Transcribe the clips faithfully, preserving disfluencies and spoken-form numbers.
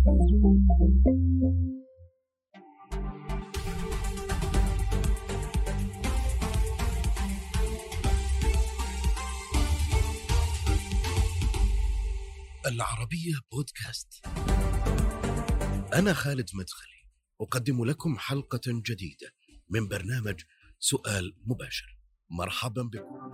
العربية بودكاست. أنا خالد مدخلي أقدم لكم حلقة جديدة من برنامج سؤال مباشر. مرحبا بكم.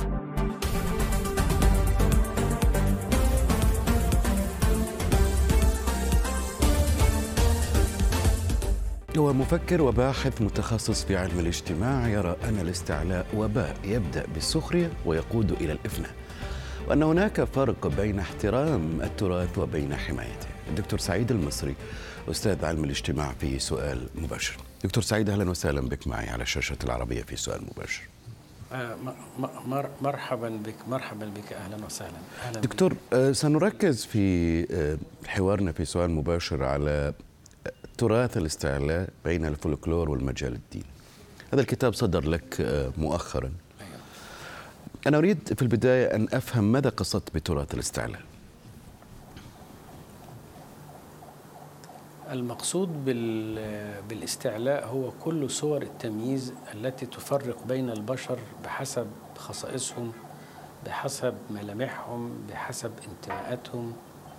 هو مفكر وباحث متخصص في علم الاجتماع يرى أن الاستعلاء وباء يبدأ بالسخرية ويقود إلى الإفناء، وأن هناك فرق بين احترام التراث وبين حمايته. الدكتور سعيد المصري أستاذ علم الاجتماع في سؤال مباشر. دكتور سعيد، أهلا وسهلا بك معي على شاشة العربية في سؤال مباشر. مرحبا بك مرحبا بك أهلا وسهلا. أهلا دكتور، بك. سنركز في حوارنا في سؤال مباشر على تراث الاستعلاء بين الفولكلور والمجال الديني. هذا الكتاب صدر لك مؤخرا. أنا أريد في البداية أن أفهم ماذا قصدت بتراث الاستعلاء. المقصود بالاستعلاء هو كل صور التمييز التي تفرق بين البشر بحسب خصائصهم، بحسب ملامحهم، بحسب انتماءاتهم.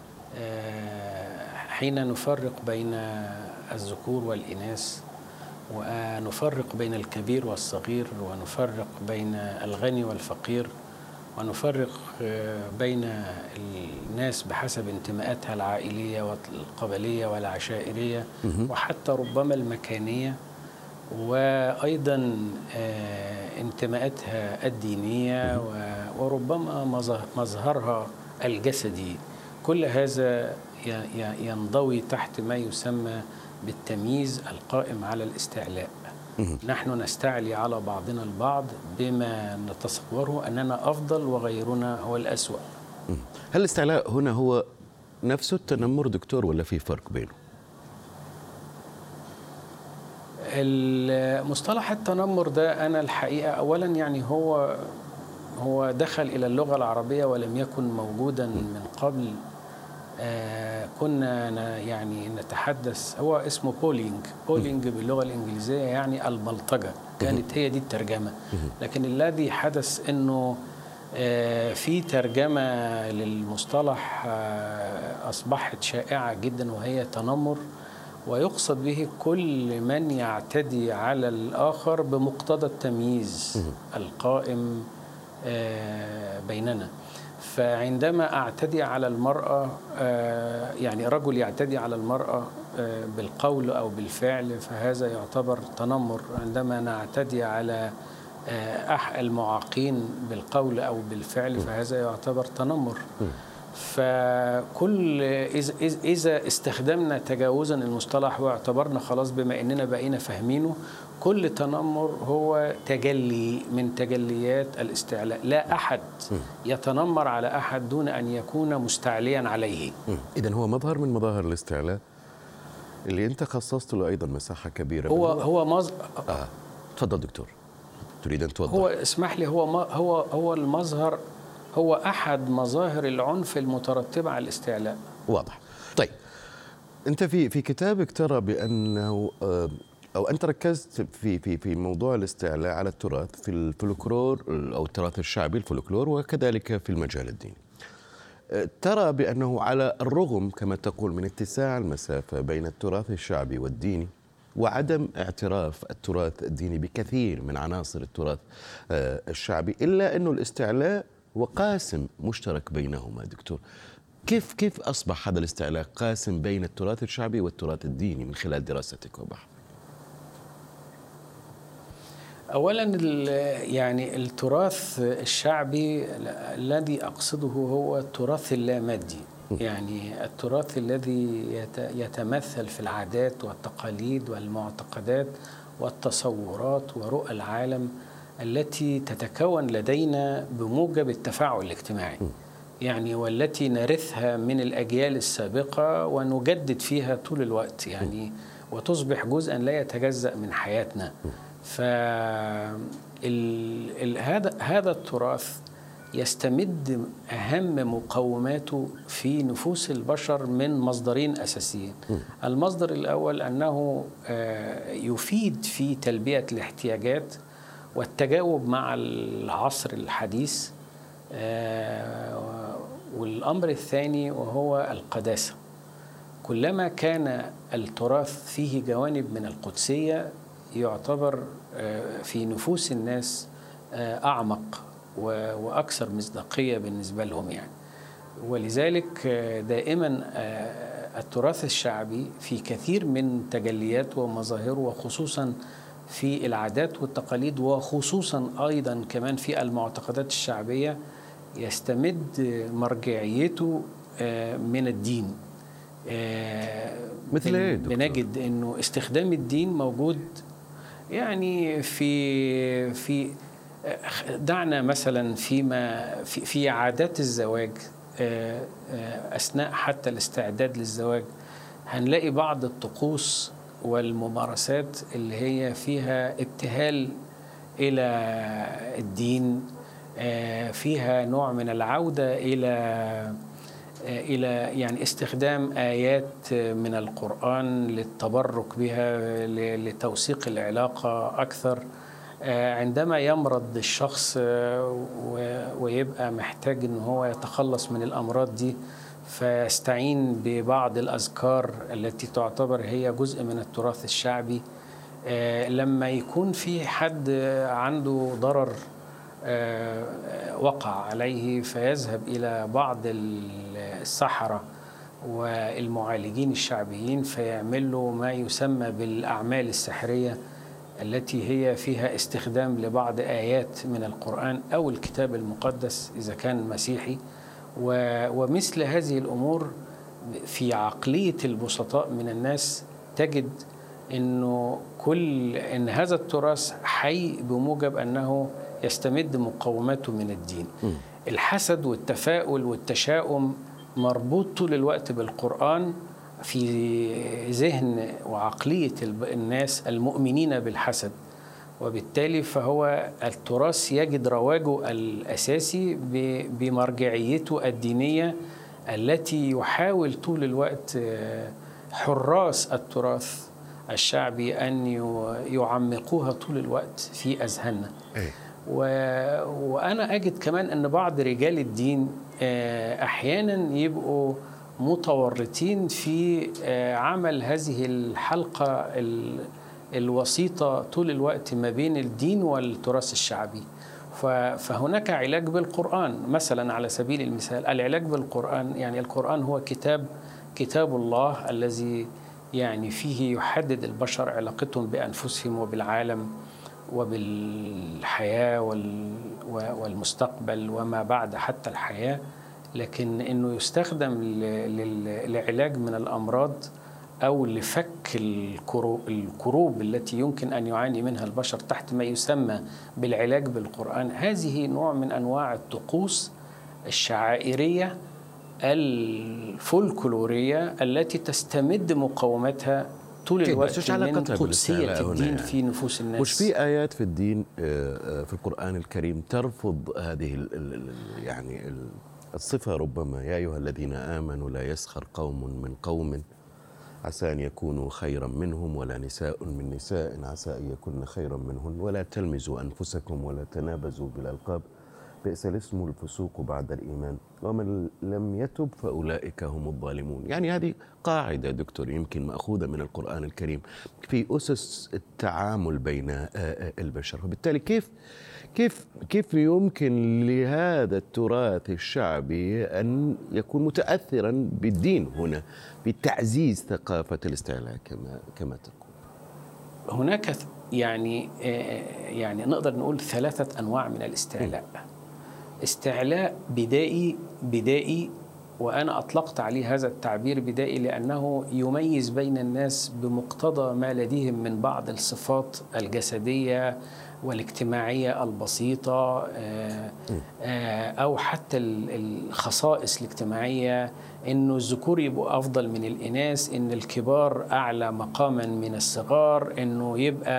حين نفرق بين الذكور والإناث، ونفرق بين الكبير والصغير، ونفرق بين الغني والفقير، ونفرق بين الناس بحسب انتماءاتها العائلية والقبلية والعشائرية وحتى ربما المكانية، وأيضا انتماءاتها الدينية وربما مظهرها الجسدي. كل هذا ينضوي تحت ما يسمى بالتمييز القائم على الاستعلاء. نحن نستعلي على بعضنا البعض بما نتصوره أننا أفضل وغيرنا هو الأسوأ. هل الاستعلاء هنا هو نفس التنمر دكتور ولا في فرق بينه؟ المصطلح التنمر ده أنا الحقيقة أولا يعني هو هو دخل إلى اللغة العربية ولم يكن موجودا من قبل. آه كنا يعني نتحدث، هو اسمه بولينج بولينج باللغة الإنجليزية، يعني البلطجة، كانت هي دي الترجمة. لكن الذي حدث أنه آه في ترجمة للمصطلح آه أصبحت شائعة جدا، وهي تنمر، ويقصد به كل من يعتدي على الآخر بمقتضى التمييز القائم آه بيننا. فعندما أعتدي على المرأة، يعني رجل يعتدي على المرأة بالقول أو بالفعل، فهذا يعتبر تنمر. عندما نعتدي على المعاقين بالقول أو بالفعل، فهذا يعتبر تنمر. فكل إذا استخدمنا تجاوزا المصطلح واعتبرنا خلاص بما أننا بقينا فاهمينه، كل تنمر هو تجلي من تجليات الاستعلاء. لا أحد يتنمر على أحد دون أن يكون مستعليا عليه. إذن هو مظهر من مظاهر الاستعلاء اللي أنت خصصت له أيضا مساحة كبيرة. هو هو مظهر. آه. تفضل دكتور، تريد أن توضح؟ هو اسمح لي، هو هو هو المظهر، هو أحد مظاهر العنف المترتبة على الاستعلاء. واضح. طيب، أنت في في كتابك ترى بأنه أو أنت ركزت في في في موضوع الاستعلاء على التراث في الفولكلور أو التراث الشعبي الفولكلور، وكذلك في المجال الديني. ترى بأنه على الرغم كما تقول من اتساع المسافة بين التراث الشعبي والديني وعدم اعتراف التراث الديني بكثير من عناصر التراث الشعبي، إلا أنه الاستعلاء هو قاسم مشترك بينهما. دكتور، كيف كيف أصبح هذا الاستعلاء قاسم بين التراث الشعبي والتراث الديني من خلال دراستك وبحثك؟ أولا يعني التراث الشعبي الذي أقصده هو التراث اللامادي، يعني التراث الذي يتمثل في العادات والتقاليد والمعتقدات والتصورات ورؤى العالم التي تتكون لدينا بموجب التفاعل الاجتماعي، يعني والتي نرثها من الأجيال السابقة ونجدد فيها طول الوقت، يعني وتصبح جزءا لا يتجزأ من حياتنا. فهذا هذا التراث يستمد أهم مقوماته في نفوس البشر من مصدرين أساسيين. المصدر الأول أنه يفيد في تلبية الاحتياجات والتجاوب مع العصر الحديث، والأمر الثاني وهو القداسة. كلما كان التراث فيه جوانب من القدسية يعتبر في نفوس الناس أعمق وأكثر مصداقية بالنسبة لهم يعني. ولذلك دائما التراث الشعبي في كثير من تجلياته ومظاهره، وخصوصا في العادات والتقاليد، وخصوصا أيضا كمان في المعتقدات الشعبية، يستمد مرجعيته من الدين. مثل ايه دكتور؟ بنجد انه استخدام الدين موجود يعني في في دعنا مثلا فيما في, في عادات الزواج اثناء حتى الاستعداد للزواج، هنلاقي بعض الطقوس والممارسات اللي هي فيها ابتهال الى الدين، فيها نوع من العودة الى إلى يعني استخدام آيات من القرآن للتبرك بها لتوثيق العلاقة أكثر. عندما يمرض الشخص ويبقى محتاج إن هو يتخلص من الأمراض دي، فيستعين ببعض الأذكار التي تعتبر هي جزء من التراث الشعبي. لما يكون في حد عنده ضرر وقع عليه، فيذهب إلى بعض السحرة والمعالجين الشعبيين فيعمل له ما يسمى بالأعمال السحرية، التي هي فيها استخدام لبعض آيات من القرآن أو الكتاب المقدس إذا كان مسيحي. ومثل هذه الأمور في عقلية البسطاء من الناس تجد إنه كل إن هذا التراث حي بموجب أنه يستمد مقوماته من الدين. م. الحسد والتفاؤل والتشاؤم مربوط طول الوقت بالقرآن في ذهن وعقلية الناس المؤمنين بالحسد، وبالتالي فهو التراث يجد رواجه الأساسي بمرجعيته الدينية التي يحاول طول الوقت حراس التراث الشعبي أن يعمقوها طول الوقت في أذهاننا. و... وأنا أجد كمان أن بعض رجال الدين أحيانا يبقوا متورطين في عمل هذه الحلقة ال... الوسيطة طول الوقت ما بين الدين والتراث الشعبي. ف... فهناك علاج بالقرآن مثلا، على سبيل المثال العلاج بالقرآن، يعني القرآن هو كتاب كتاب الله الذي يعني فيه يحدد البشر علاقتهم بأنفسهم وبالعالم وبالحياة والمستقبل وما بعد حتى الحياة، لكن إنه يستخدم للعلاج من الأمراض أو لفك الكروب التي يمكن أن يعاني منها البشر تحت ما يسمى بالعلاج بالقرآن. هذه نوع من أنواع الطقوس الشعائرية الفولكلورية التي تستمد مقوماتها طول الوقت من قدسية الدين في نفوس الناس. مش في آيات في الدين في القرآن الكريم ترفض هذه يعني الصفة ربما؟ يا أيها الذين آمنوا لا يسخر قوم من قوم عسى أن يكونوا خيرا منهم ولا نساء من نساء عسى أن يكون خيرا منهن ولا تلمزوا أنفسكم ولا تنابزوا بالألقاب بئس الاسم الفسوق بعد الإيمان ومن لم يتب فأولئك هم الظالمون. يعني هذه قاعدة دكتور يمكن مأخوذة من القرآن الكريم في أسس التعامل بين البشر. وبالتالي كيف كيف كيف يمكن لهذا التراث الشعبي أن يكون متأثرا بالدين هنا في تعزيز ثقافة الاستعلاء كما كما تقول؟ هناك يعني يعني نقدر نقول ثلاثة أنواع من الاستعلاء. استعلاء بدائي بدائي وأنا أطلقت عليه هذا التعبير بدائي لأنه يميز بين الناس بمقتضى ما لديهم من بعض الصفات الجسدية والاجتماعية البسيطة أو حتى الخصائص الاجتماعية، إنه الذكور يبقوا أفضل من الإناث، إن الكبار أعلى مقاما من الصغار، إنه يبقى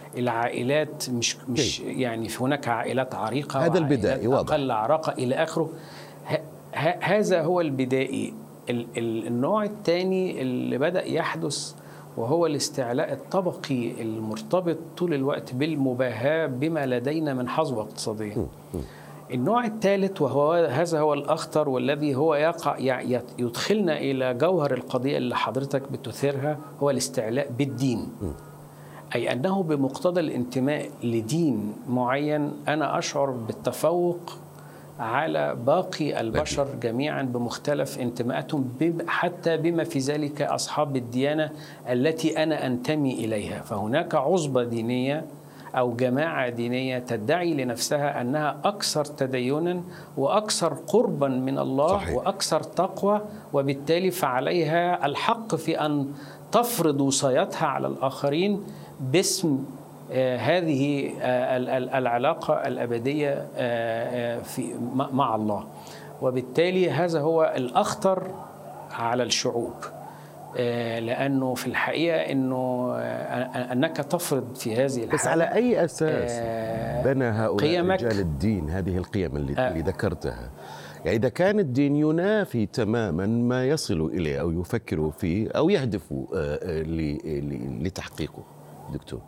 العائلات مش مش يعني هناك عائلات عريقة، هذا البدائي واضح، أقل عراقة إلى آخره. هذا هو البدائي. النوع الثاني اللي بدأ يحدث وهو الاستعلاء الطبقي المرتبط طول الوقت بالمباهاة بما لدينا من حظوة اقتصادية. النوع الثالث وهو هذا هو الأخطر والذي هو يقع يدخلنا إلى جوهر القضية اللي حضرتك بتثيرها، هو الاستعلاء بالدين. أي أنه بمقتضى الانتماء لدين معين أنا أشعر بالتفوق على باقي البشر جميعا بمختلف انتماءاتهم، حتى بما في ذلك أصحاب الديانة التي أنا أنتمي إليها. فهناك عصبة دينية أو جماعة دينية تدعي لنفسها أنها أكثر تدينا وأكثر قربا من الله، صحيح، وأكثر تقوى، وبالتالي فعليها الحق في أن تفرض وصايتها على الآخرين باسم آه هذه آه العلاقة الأبدية آه في مع الله. وبالتالي هذا هو الأخطر على الشعوب، لأنه في الحقيقة أنه أنك تفرض في هذه الحالة. بس على أي أساس بنى هؤلاء رجال الدين هذه القيم اللي, آه اللي ذكرتها؟ يعني إذا كان الدين ينافي تماما ما يصل إليه أو يفكر فيه أو يهدف لتحقيقه دكتور.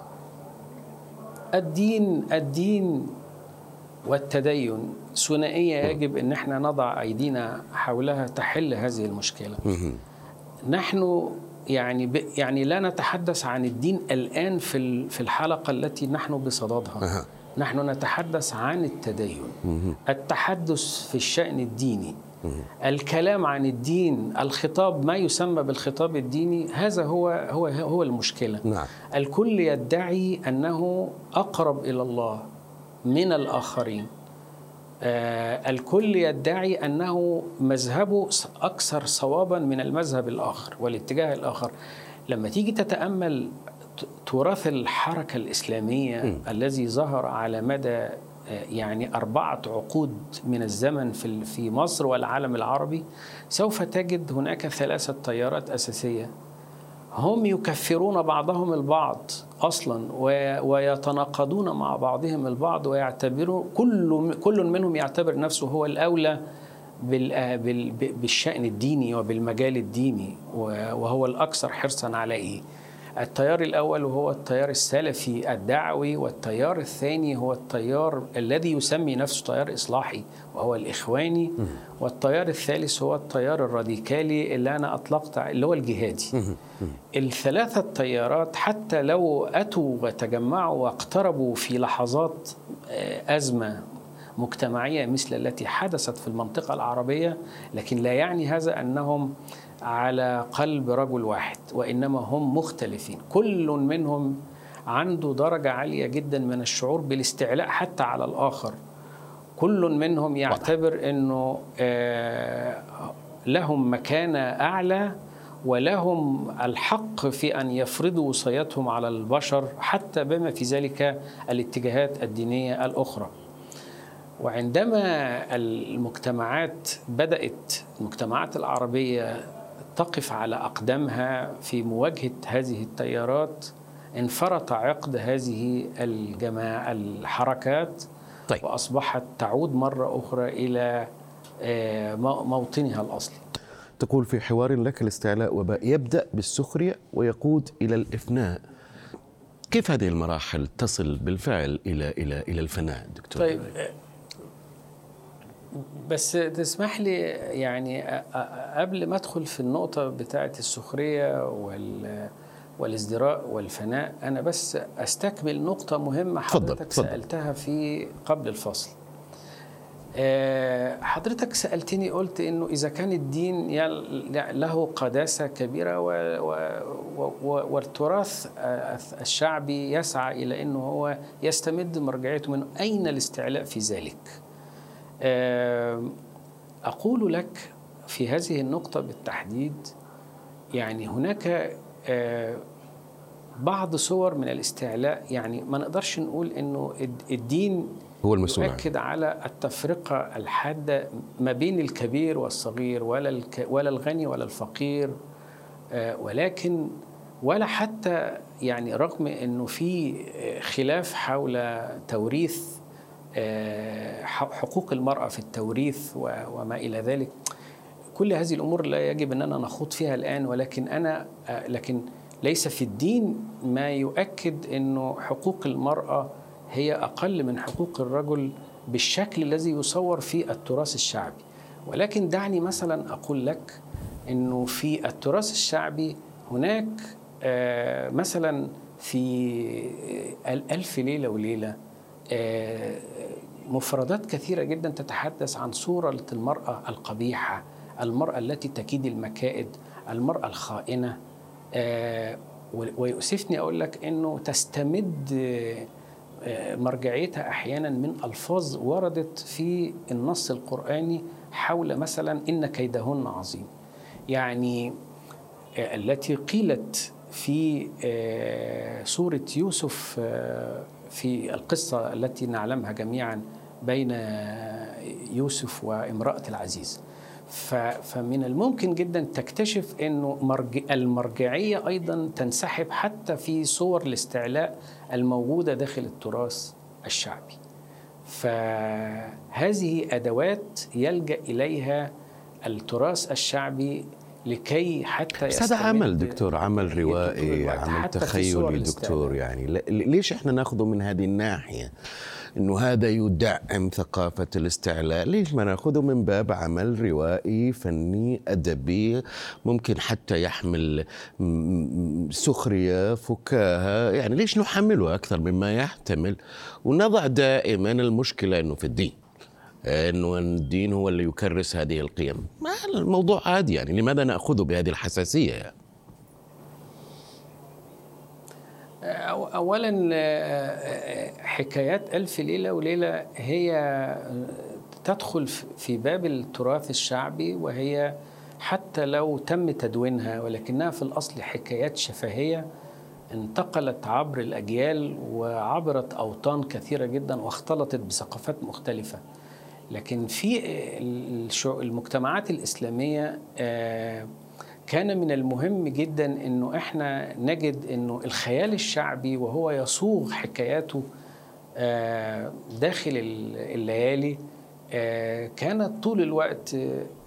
الدين الدين والتدين ثنائية يجب أن احنا نضع أيدينا حولها تحل هذه المشكلة. نحن يعني ب يعني لا نتحدث عن الدين الآن في في الحلقة التي نحن بصددها. أه. نحن نتحدث عن التدين. مه. التحدث في الشأن الديني، مه. الكلام عن الدين، الخطاب، ما يسمى بالخطاب الديني، هذا هو هو هو المشكلة. نعم. الكل يدعي أنه أقرب إلى الله من الآخرين. آه الكل يدعي أنه مذهبه أكثر صوابا من المذهب الآخر والاتجاه الآخر. لما تيجي تتأمل تراث الحركة الإسلامية م. الذي ظهر على مدى آه يعني أربعة عقود من الزمن في في مصر والعالم العربي، سوف تجد هناك ثلاثة تيارات أساسية هم يكفرون بعضهم البعض أصلا ويتناقضون مع بعضهم البعض، ويعتبرون كل كل منهم يعتبر نفسه هو الأولى بالشأن الديني وبالمجال الديني، وهو الأكثر حرصا عليه. التيار الأول هو التيار السلفي الدعوي، والتيار الثاني هو التيار الذي يسمي نفسه تيار إصلاحي وهو الإخواني، والتيار الثالث هو التيار الراديكالي اللي أنا أطلقت اللي هو الجهادي. الثلاثة التيارات حتى لو أتوا وتجمعوا واقتربوا في لحظات أزمة مجتمعية مثل التي حدثت في المنطقة العربية، لكن لا يعني هذا أنهم على قلب رجل واحد، وإنما هم مختلفين. كل منهم عنده درجة عالية جدا من الشعور بالاستعلاء حتى على الآخر. كل منهم يعتبر أنه لهم مكانة أعلى ولهم الحق في أن يفرضوا وصايتهم على البشر حتى بما في ذلك الاتجاهات الدينية الأخرى. وعندما المجتمعات بدأت المجتمعات العربية تقف على أقدامها في مواجهة هذه التيارات، انفرط عقد هذه الجماعة الحركات. طيب. وأصبحت تعود مرة أخرى إلى موطنها الأصلي. تقول في حوار لك الاستعلاء وباء يبدأ بالسخرية ويقود إلى الإفناء. كيف هذه المراحل تصل بالفعل إلى إلى إلى الفناء دكتور؟ طيب، بس تسمح لي يعني قبل ما أدخل في النقطة بتاعة السخرية وال والازدراء والفناء، أنا بس أستكمل نقطة مهمة حضرتك فضل. سألتها في قبل الفصل. حضرتك سألتني قلت إنه إذا كان الدين له قداسة كبيرة والتراث الشعبي يسعى إلى إنه هو يستمد مرجعيته من أين الاستعلاء في ذلك؟ أقول لك في هذه النقطة بالتحديد، يعني هناك بعض صور من الاستعلاء، يعني ما نقدرش نقول إنه الدين هو المسؤول يؤكد على التفرقة الحادة ما بين الكبير والصغير ولا ولا الغني ولا الفقير، ولكن ولا حتى يعني رغم أنه في خلاف حول توريث حقوق المرأة في التوريث وما إلى ذلك، كل هذه الأمور لا يجب أننا نخوض فيها الآن، ولكن أنا لكن ليس في الدين ما يؤكد أنه حقوق المرأة هي أقل من حقوق الرجل بالشكل الذي يصور في التراث الشعبي. ولكن دعني مثلا أقول لك أنه في التراث الشعبي هناك مثلا في ألف ليلة وليلة مفردات كثيرة جدا تتحدث عن صورة المرأة القبيحة، المرأة التي تكيد المكائد، المرأة الخائنة. ويؤسفني أقول لك أنه تستمد مرجعيتها أحيانا من ألفاظ وردت في النص القرآني حول مثلا إن كيدهن عظيم، يعني التي قيلت في سورة يوسف في القصة التي نعلمها جميعا بين يوسف وامرأة العزيز. فمن الممكن جدا تكتشف أنه المرجعية أيضا تنسحب حتى في صور الاستعلاء الموجودة داخل التراث الشعبي. فهذه أدوات يلجأ إليها التراث الشعبي لكي حتى بس هذا عمل دكتور، عمل روائي، عمل تخيلي دكتور، يعني ليش احنا ناخذه من هذه الناحية انه هذا يدعم ثقافة الاستعلاء؟ ليش ما ناخذه من باب عمل روائي فني أدبي ممكن حتى يحمل سخرية فكاهة؟ يعني ليش نحمله أكثر مما يحتمل ونضع دائما المشكلة انه في الدين، انه الدين هو اللي يكرس هذه القيم؟ ما الموضوع عادي، يعني لماذا ناخذه بهذه الحساسيه يعني؟ اولا حكايات الف ليله وليله هي تدخل في باب التراث الشعبي، وهي حتى لو تم تدوينها ولكنها في الاصل حكايات شفهيه انتقلت عبر الاجيال وعبرت اوطان كثيره جدا واختلطت بثقافات مختلفه. لكن في المجتمعات الإسلامية كان من المهم جدا أنه إحنا نجد أنه الخيال الشعبي وهو يصوغ حكاياته داخل الليالي كانت طول الوقت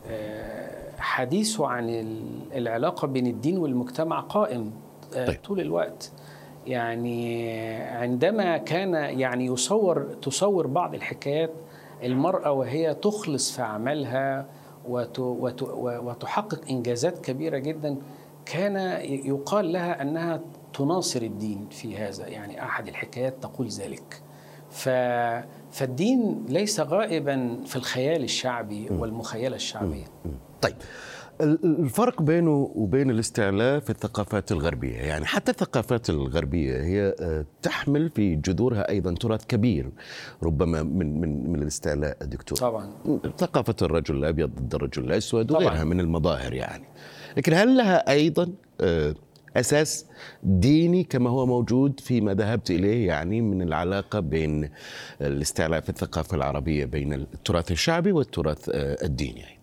حديثه عن العلاقة بين الدين والمجتمع قائم طول الوقت. يعني عندما كان يعني يصور تصور بعض الحكايات المرأة وهي تخلص في عملها وتحقق إنجازات كبيرة جدا، كان يقال لها أنها تناصر الدين في هذا، يعني أحد الحكايات تقول ذلك. فالدين ليس غائبا في الخيال الشعبي والمخيلة الشعبية. طيب الفرق بينه وبين الاستعلاء في الثقافات الغربية، يعني حتى الثقافات الغربية هي تحمل في جذورها أيضا تراث كبير ربما من من من الاستعلاء دكتور. طبعا ثقافة الرجل الأبيض ضد الرجل الأسود وغيرها من المظاهر يعني، لكن هل لها أيضا أساس ديني كما هو موجود فيما ذهبت إليه، يعني من العلاقة بين الاستعلاء في الثقافة العربية بين التراث الشعبي والتراث الديني أيضا؟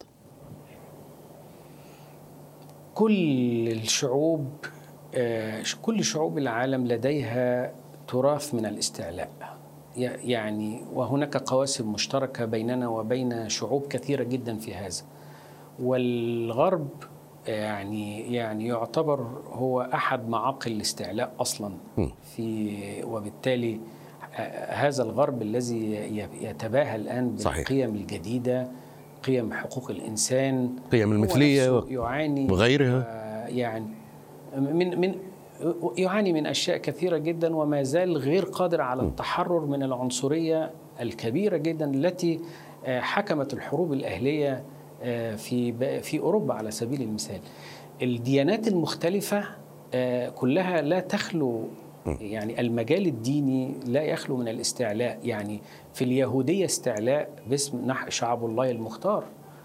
كل الشعوب كل شعوب العالم لديها تراث من الاستعلاء، يعني وهناك قواسم مشتركة بيننا وبين شعوب كثيرة جدا في هذا. والغرب يعني يعني يعتبر هو أحد معاقل الاستعلاء أصلا في، وبالتالي هذا الغرب الذي يتباهى الآن بالقيم الجديدة، قيم حقوق الإنسان، قيم المثلية يعاني وغيرها، يعني من من يعاني من أشياء كثيرة جدا، وما زال غير قادر على التحرر من العنصرية الكبيرة جدا التي حكمت الحروب الأهلية في في أوروبا على سبيل المثال. الديانات المختلفة كلها لا تخلو، يعني المجال الديني لا يخلو من الاستعلاء. يعني في اليهودية استعلاء باسم شعب الله المختار،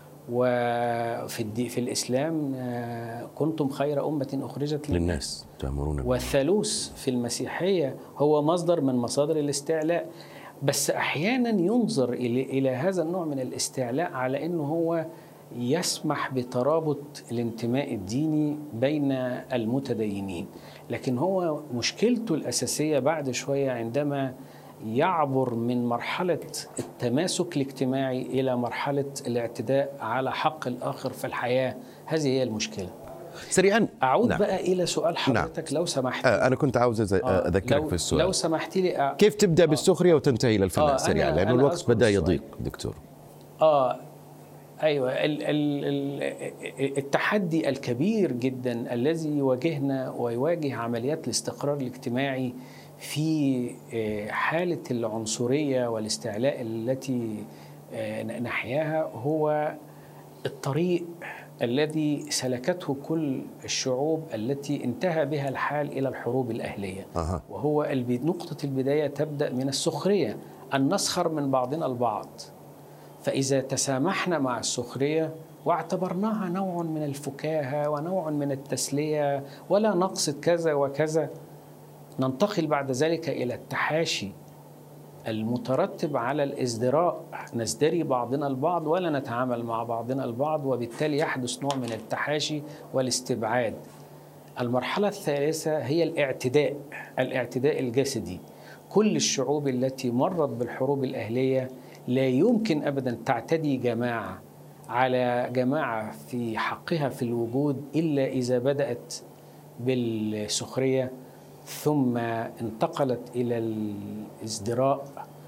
وفي في الإسلام كنتم خير أمة أخرجت للناس تأمرون. والثالوث في المسيحية هو مصدر من مصادر الاستعلاء. بس أحيانا ينظر إلى هذا النوع من الاستعلاء على أنه هو يسمح بترابط الانتماء الديني بين المتدينين، لكن هو مشكلته الأساسية بعد شوية عندما يعبر من مرحلة التماسك الاجتماعي إلى مرحلة الاعتداء على حق الآخر في الحياة. هذه هي المشكلة. سريعا أعود نعم. بقى إلى سؤال حضرتك. نعم. لو سمحت. آه أنا كنت عاوز أذكرك في السؤال. لو سمحت لي أ... كيف تبدأ بالسخرية وتنتهي إلى الفناء؟ آه سريعا لأنه الوقت بدأ يضيق دكتور. آه أيوة. ال ال التحدي الكبير جدا الذي يواجهنا ويواجه عمليات الاستقرار الاجتماعي في حالة العنصرية والاستعلاء التي نحياها هو الطريق الذي سلكته كل الشعوب التي انتهى بها الحال إلى الحروب الأهلية. أه. وهو نقطة البداية تبدأ من السخرية، أن نسخر من بعضنا البعض. فإذا تسامحنا مع السخرية واعتبرناها نوع من الفكاهة ونوع من التسلية ولا نقصد كذا وكذا، ننتقل بعد ذلك إلى التحاشي المترتب على الازدراء، نزدري بعضنا البعض ولا نتعامل مع بعضنا البعض، وبالتالي يحدث نوع من التحاشي والاستبعاد. المرحلة الثالثة هي الاعتداء، الاعتداء الجسدي. كل الشعوب التي مرت بالحروب الأهلية لا يمكن أبدا تعتدي جماعة على جماعة في حقها في الوجود إلا إذا بدأت بالسخرية ثم انتقلت إلى الازدراء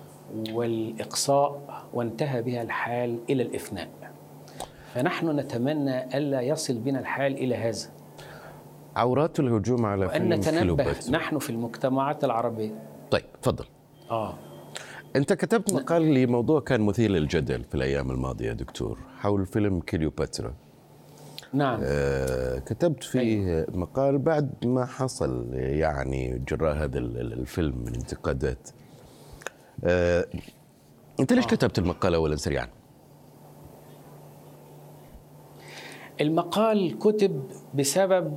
والإقصاء وانتهى بها الحال إلى الإفناء. فنحن نتمنى ألا يصل بنا الحال إلى هذا. عورات الهجوم على وأن نتنبه نحن في المجتمعات العربية. طيب تفضل. آه أنت كتبت مقال لموضوع كان مثير للجدل في الأيام الماضية دكتور، حول فيلم كليوباترا. نعم. آه كتبت فيه أيوة. مقال بعد ما حصل يعني جراء هذا الفيلم من انتقادات. آه أنت ليش آه. كتبت المقال أولا سريعا؟ المقال كتب بسبب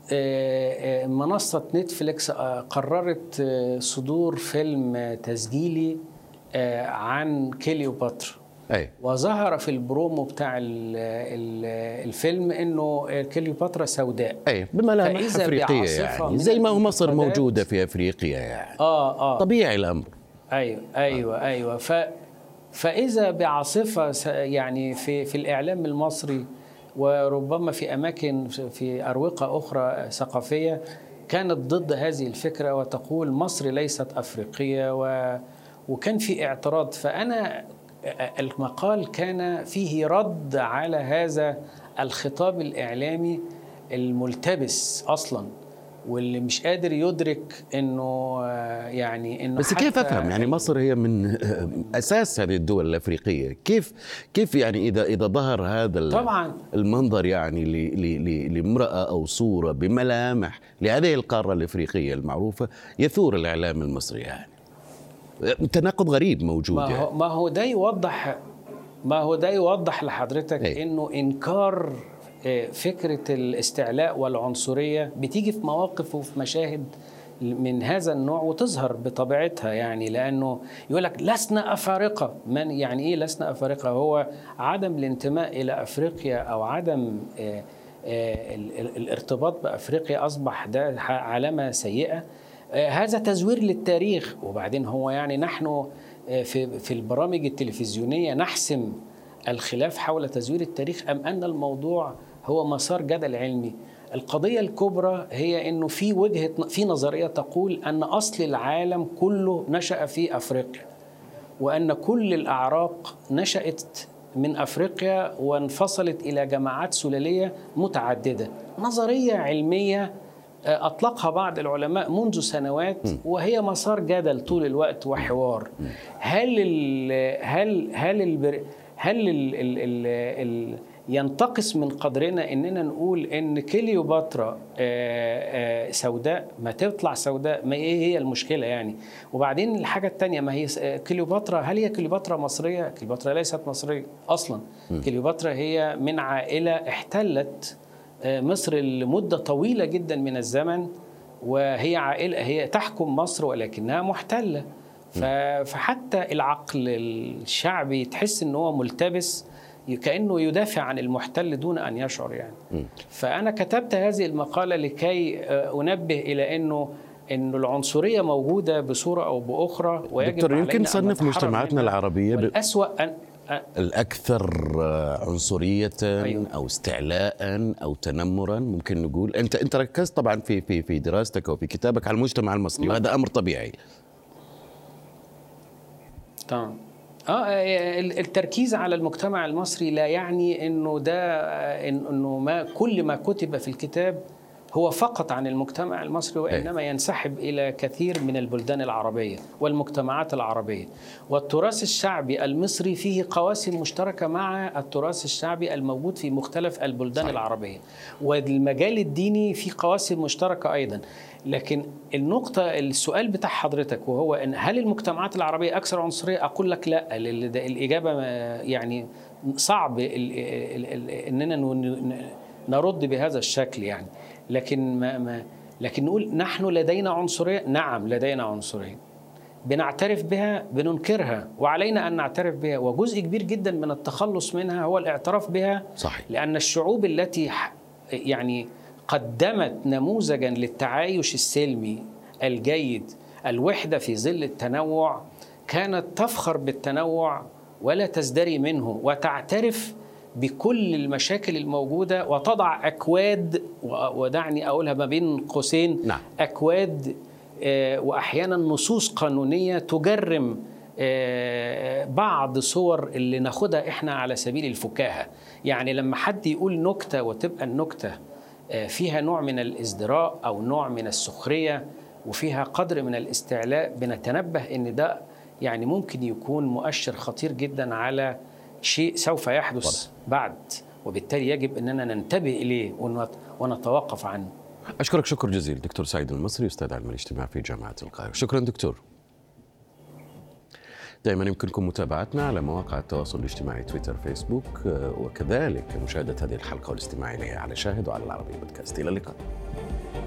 منصة نتفليكس قررت صدور فيلم تسجيلي عن كليوباترا. أي. وظهر في البرومو بتاع الفيلم انه كليوباترا سوداء، اي بملامح افريقيه يعني زي ما هو مصر موجوده في افريقيا يعني. اه اه طبيعي الامر. ايوه ايوه آه. ايوه ف فاذا بعاصفه يعني في في الاعلام المصري وربما في اماكن في اروقه اخرى ثقافيه كانت ضد هذه الفكره وتقول مصر ليست افريقيه، و وكان في اعتراض. فانا المقال كان فيه رد على هذا الخطاب الإعلامي الملتبس أصلاً واللي مش قادر يدرك إنه يعني إنه بس كيف أفهم يعني مصر هي من أساس هذه الدول الأفريقية، كيف كيف يعني إذا إذا ظهر هذا طبعاً المنظر يعني لامرأة أو صورة بملامح لهذه القارة الأفريقية المعروفة يثور الإعلام المصري يعني تناقض غريب موجود. ما هو, يعني. ما هو ده يوضح ما هو ده يوضح لحضرتك أي. انه انكار فكره الاستعلاء والعنصريه بتيجي في مواقف وفي مشاهد من هذا النوع وتظهر بطبيعتها، يعني لانه يقول لك لسنا افارقه. من يعني ايه لسنا افارقه؟ هو عدم الانتماء الى افريقيا او عدم الارتباط بافريقيا اصبح ده علامه سيئه. هذا تزوير للتاريخ. وبعدين هو يعني نحن في في البرامج التلفزيونية نحسم الخلاف حول تزوير التاريخ أم أن الموضوع هو مسار جدل علمي؟ القضية الكبرى هي أنه في وجهة في نظرية تقول أن أصل العالم كله نشأ في أفريقيا، وأن كل الأعراق نشأت من أفريقيا وانفصلت إلى جماعات سلالية متعددة. نظرية علمية أطلقها بعض العلماء منذ سنوات وهي مسار جدل طول الوقت وحوار. هل ال هل هل ال هل ال ال ال ال ينتقص من قدرنا إننا نقول إن كليوباترا سوداء؟ ما تطلع سوداء، ما إيه هي المشكلة يعني؟ وبعدين الحاجة التانية، ما هي كليوباترا هل هي كليوباترا مصرية؟ كليوباترا ليست مصرية أصلا. كليوباترا هي من عائلة احتلت مصر لمدة طويلة جدا من الزمن، وهي عائلة هي تحكم مصر ولكنها محتلة. فحتى العقل الشعبي تحس ان هو ملتبس كأنه يدافع عن المحتل دون أن يشعر يعني. م. فأنا كتبت هذه المقالة لكي أنبه إلى أنه إنه العنصرية موجودة بصورة أو بأخرى، ويجب دكتور يمكن نصنف مجتمعاتنا العربية والأسوأ أن الأكثر عنصرية أيوة. أو استعلاء أو تنمرا، ممكن نقول. أنت أنت ركزت طبعا في في في دراستك أو في كتابك على المجتمع المصري، وهذا أمر طبيعي. تمام. اه التركيز على المجتمع المصري لا يعني انه ده انه ما كل ما كتب في الكتاب هو فقط عن المجتمع المصري، وإنما ينسحب إلى كثير من البلدان العربية والمجتمعات العربية. والتراث الشعبي المصري فيه قواسم مشتركة مع التراث الشعبي الموجود في مختلف البلدان صحيح. العربية. والمجال الديني فيه قواسم مشتركة أيضا. لكن النقطة السؤال بتاع حضرتك وهو إن هل المجتمعات العربية أكثر عنصرية؟ أقول لك لا. الإجابة يعني صعب إننا نرد بهذا الشكل يعني. لكن ما ما لكن نقول نحن لدينا عنصرية، نعم لدينا عنصرية، بنعترف بها بننكرها، وعلينا أن نعترف بها، وجزء كبير جدا من التخلص منها هو الاعتراف بها صحيح. لأن الشعوب التي يعني قدمت نموذجا للتعايش السلمي الجيد، الوحدة في ظل التنوع، كانت تفخر بالتنوع ولا تزدري منه، وتعترف بكل المشاكل الموجودة، وتضع أكواد، ودعني أقولها ما بين قوسين نعم. أكواد وأحيانا نصوص قانونية تجرم بعض صور اللي ناخدها إحنا على سبيل الفكاهة. يعني لما حد يقول نكتة وتبقى النكتة فيها نوع من الازدراء أو نوع من السخرية وفيها قدر من الاستعلاء، بنتنبه إن ده يعني ممكن يكون مؤشر خطير جدا على شيء سوف يحدث طبعا. بعد، وبالتالي يجب أننا ننتبه إليه ونتوقف عنه. أشكرك شكر جزيل دكتور سعيد المصري، أستاذ علم الاجتماع في جامعة القاهرة. شكرا دكتور. دائما يمكنكم متابعتنا على مواقع التواصل الاجتماعي تويتر فيسبوك، وكذلك مشاهدة هذه الحلقة والاستماع إليها على شاهد وعلى العربية بودكاست. إلى اللقاء.